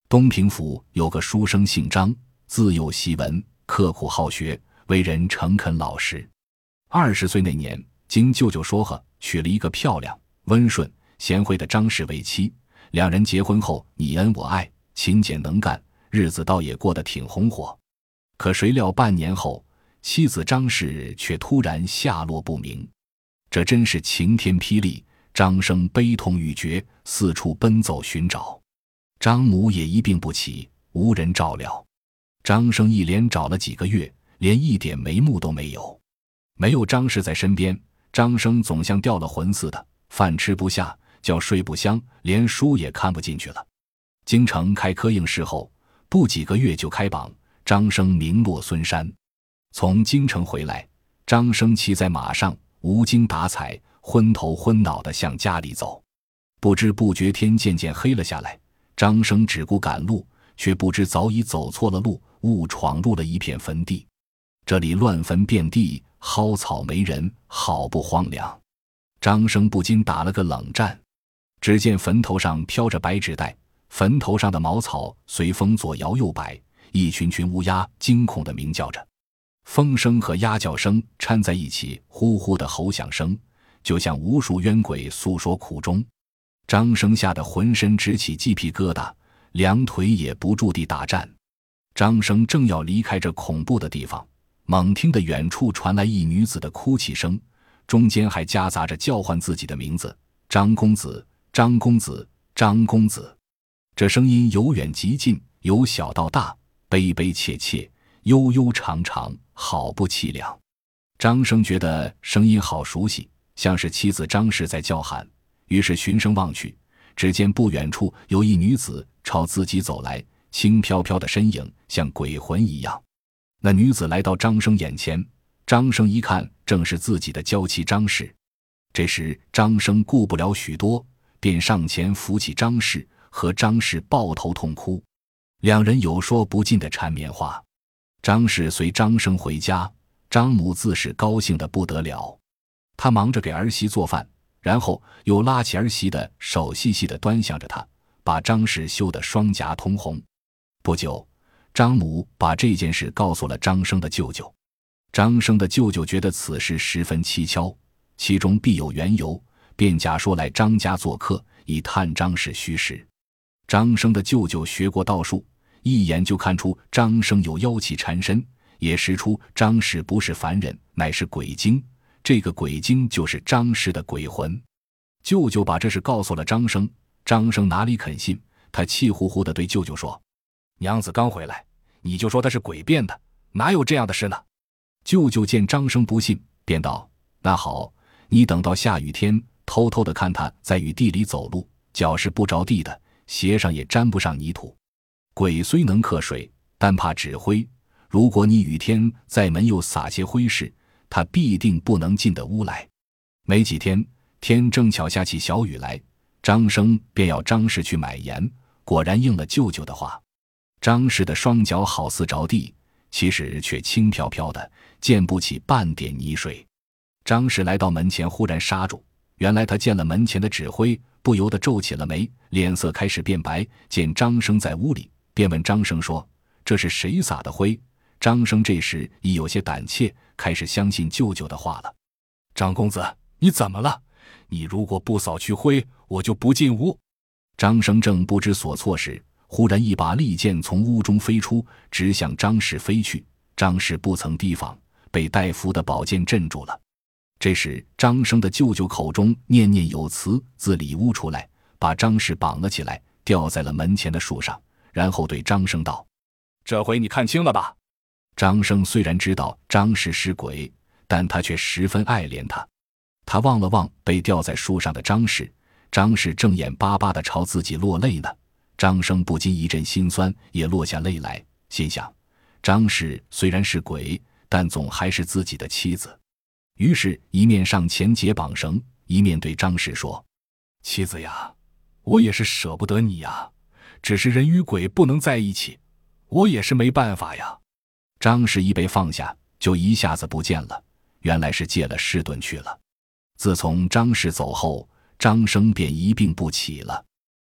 东平府有个书生姓张，自幼习文，刻苦好学，为人诚恳老实。20岁那年，经舅舅说和，娶了一个漂亮、温顺、贤惠的张氏为妻。两人结婚后你恩我爱，勤俭能干，日子倒也过得挺红火。可谁料半年后，妻子张氏却突然下落不明。这真是晴天霹雳，张生悲痛欲绝，四处奔走寻找。张母也一病不起，无人照料。张生一连找了几个月，连一点眉目都没有。没有张氏在身边，张生总像掉了魂似的，饭吃不下，觉睡不香，连书也看不进去了。京城开科应试后，不几个月就开榜，张生名落孙山。从京城回来，张生骑在马上，无精打采，昏头昏脑地向家里走。不知不觉天渐渐黑了下来，张生只顾赶路，却不知早已走错了路，误闯入了一片坟地。这里乱坟遍地，蒿草没人，好不荒凉。张生不禁打了个冷战。只见坟头上飘着白纸袋，坟头上的茅草随风左摇右摆，一群群乌鸦惊恐地鸣叫着。风声和鸦叫声掺在一起，呼呼的吼响声，就像无数冤鬼诉说苦衷。张生吓得浑身直起鸡皮疙瘩，两腿也不住地打颤。张生正要离开这恐怖的地方，猛听得远处传来一女子的哭泣声，中间还夹杂着叫唤自己的名字：张公子，张公子，张公子。这声音由远及近，由小到大，悲悲切切，悠悠长长，好不凄凉。张生觉得声音好熟悉，像是妻子张氏在叫喊，于是循声望去，只见不远处有一女子朝自己走来，轻飘飘的身影像鬼魂一样。那女子来到张生眼前，张生一看，正是自己的娇妻张氏。这时张生顾不了许多，便上前扶起张氏，和张氏抱头痛哭，两人有说不尽的缠绵话。张氏随张生回家，张母自是高兴得不得了。她忙着给儿媳做饭，然后又拉起儿媳的手，细细地端详着她，把张氏羞得双颊通红。不久，张母把这件事告诉了张生的舅舅。张生的舅舅觉得此事十分蹊跷，其中必有缘由，便假说来张家做客，以探张氏虚实。张生的舅舅学过道术，一眼就看出张生有妖气缠身，也识出张氏不是凡人，乃是鬼精。这个鬼精就是张氏的鬼魂。舅舅把这事告诉了张生，张生哪里肯信，他气呼呼地对舅舅说：娘子刚回来，你就说他是鬼变的，哪有这样的事呢？舅舅见张生不信，便道：那好，你等到下雨天，偷偷地看他在雨地里走路，脚是不着地的，鞋上也沾不上泥土。鬼虽能克水，但怕纸灰，如果你雨天在门又撒些灰势，他必定不能进得屋来。没几天，天正巧下起小雨来，张生便要张氏去买盐，果然应了舅舅的话。张氏的双脚好似着地，其实却轻飘飘的，溅不起半点泥水。张氏来到门前，忽然刹住，原来他见了门前的纸灰，不由得皱起了眉，脸色开始变白。见张生在屋里，便问张生说：这是谁撒的灰？张生这时已有些胆怯，开始相信舅舅的话了。张公子，你怎么了？你如果不扫去灰，我就不进屋。张生正不知所措时，忽然一把利剑从屋中飞出，直向张氏飞去。张氏不曾提防，被带符的宝剑镇住了。这时张生的舅舅口中念念有词，自里屋出来，把张氏绑了起来，吊在了门前的树上，然后对张生道：这回你看清了吧？张生虽然知道张氏是鬼，但他却十分爱怜他。他望了望被吊在树上的张氏，张氏正眼巴巴地朝自己落泪呢。张生不禁一阵心酸，也落下泪来，心想张氏虽然是鬼，但总还是自己的妻子。于是一面上前解绑绳，一面对张氏说：妻子呀，我也是舍不得你呀，只是人与鬼不能在一起，我也是没办法呀。张氏一被放下，就一下子不见了，原来是借了士遁去了。自从张氏走后，张生便一病不起了。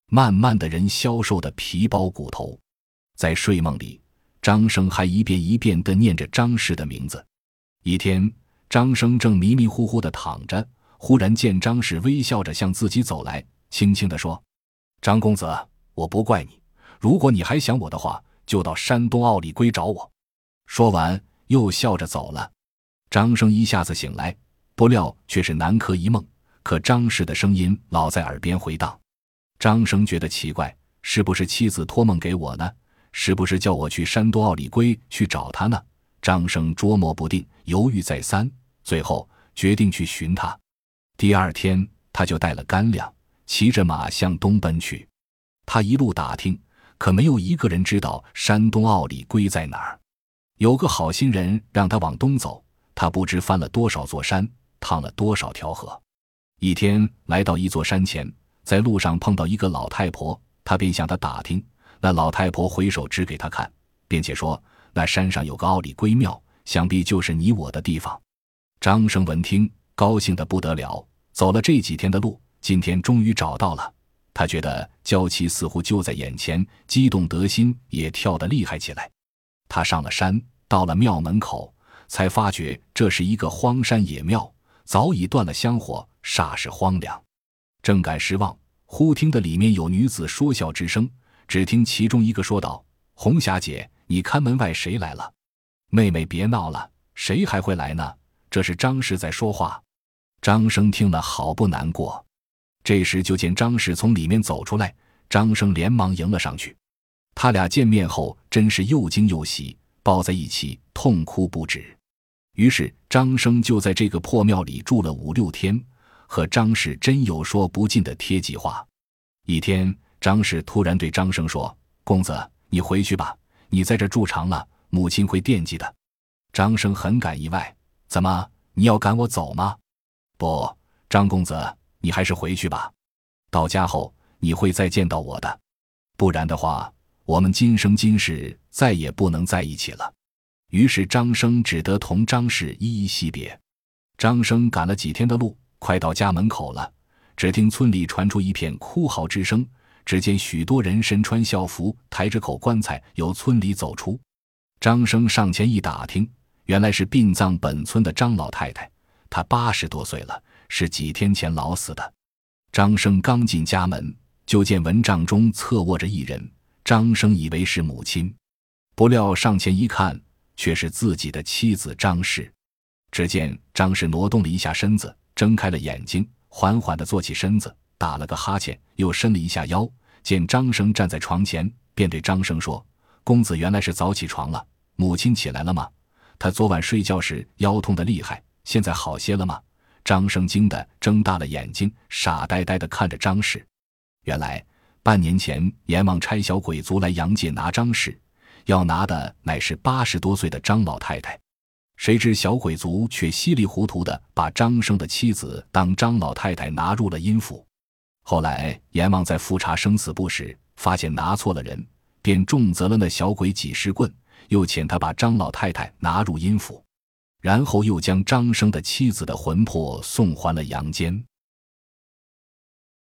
慢慢的人消瘦的皮包骨头。在睡梦里，张生还一遍一遍地念着张氏的名字。一天，张生正迷迷糊糊地躺着，忽然见张氏微笑着向自己走来，轻轻地说：张公子，我不怪你，如果你还想我的话，就到山东奥里圭找我。说完又笑着走了。张生一下子醒来，不料却是南柯一梦，可张氏的声音老在耳边回荡。张生觉得奇怪，是不是妻子托梦给我呢？是不是叫我去山东奥里圭去找他呢？张生捉摸不定，犹豫再三，最后决定去寻他。第二天，他就带了干粮，骑着马向东奔去。他一路打听，可没有一个人知道山东奥里圭在哪儿。有个好心人让他往东走，他不知翻了多少座山，趟了多少条河。一天来到一座山前，在路上碰到一个老太婆，他便向她打听。那老太婆回手指给他看，并且说：那山上有个奥里圭庙，想必就是你我的地方。张生闻听，高兴得不得了，走了这几天的路，今天终于找到了。他觉得娇妻似乎就在眼前，激动得心也跳得厉害起来。他上了山，到了庙门口，才发觉这是一个荒山野庙，早已断了香火，煞是荒凉。正感失望，忽听得里面有女子说笑之声，只听其中一个说道：红霞姐，你看门外谁来了？妹妹别闹了，谁还会来呢？这是张氏在说话。张生听了好不难过。这时就见张氏从里面走出来，张生连忙迎了上去。他俩见面后真是又惊又喜，抱在一起痛哭不止。于是张生就在这个破庙里住了5、6天，和张氏真有说不尽的贴计划。一天，张氏突然对张生说：公子，你回去吧，你在这住长了，母亲会惦记的。张生很感意外：怎么，你要赶我走吗？不，张公子，你还是回去吧，到家后你会再见到我的，不然的话，我们今生今世再也不能在一起了。于是张生只得同张氏依依惜别。张生赶了几天的路，快到家门口了，只听村里传出一片哭嚎之声，只见许多人身穿校服，抬着口棺材由村里走出。张生上前一打听，原来是殡葬本村的张老太太，她80多岁了，是几天前老死的。张生刚进家门，就见蚊帐中侧卧着一人，张生以为是母亲，不料上前一看，却是自己的妻子张氏。只见张氏挪动了一下身子，睁开了眼睛，缓缓地坐起身子，打了个哈欠，又伸了一下腰，见张生站在床前，便对张生说：公子原来是早起床了，母亲起来了吗？他昨晚睡觉时腰痛得厉害，现在好些了吗？张生惊得睁大了眼睛，傻呆呆地看着张氏。原来半年前阎王差小鬼族来阳界拿张氏，要拿的乃是80多岁的张老太太。谁知小鬼族却稀里糊涂地把张生的妻子当张老太太拿入了阴府。后来阎王在复查生死簿时发现拿错了人，便重责了那小鬼几10棍，又遣他把张老太太拿入阴府，然后又将张生的妻子的魂魄送还了阳间。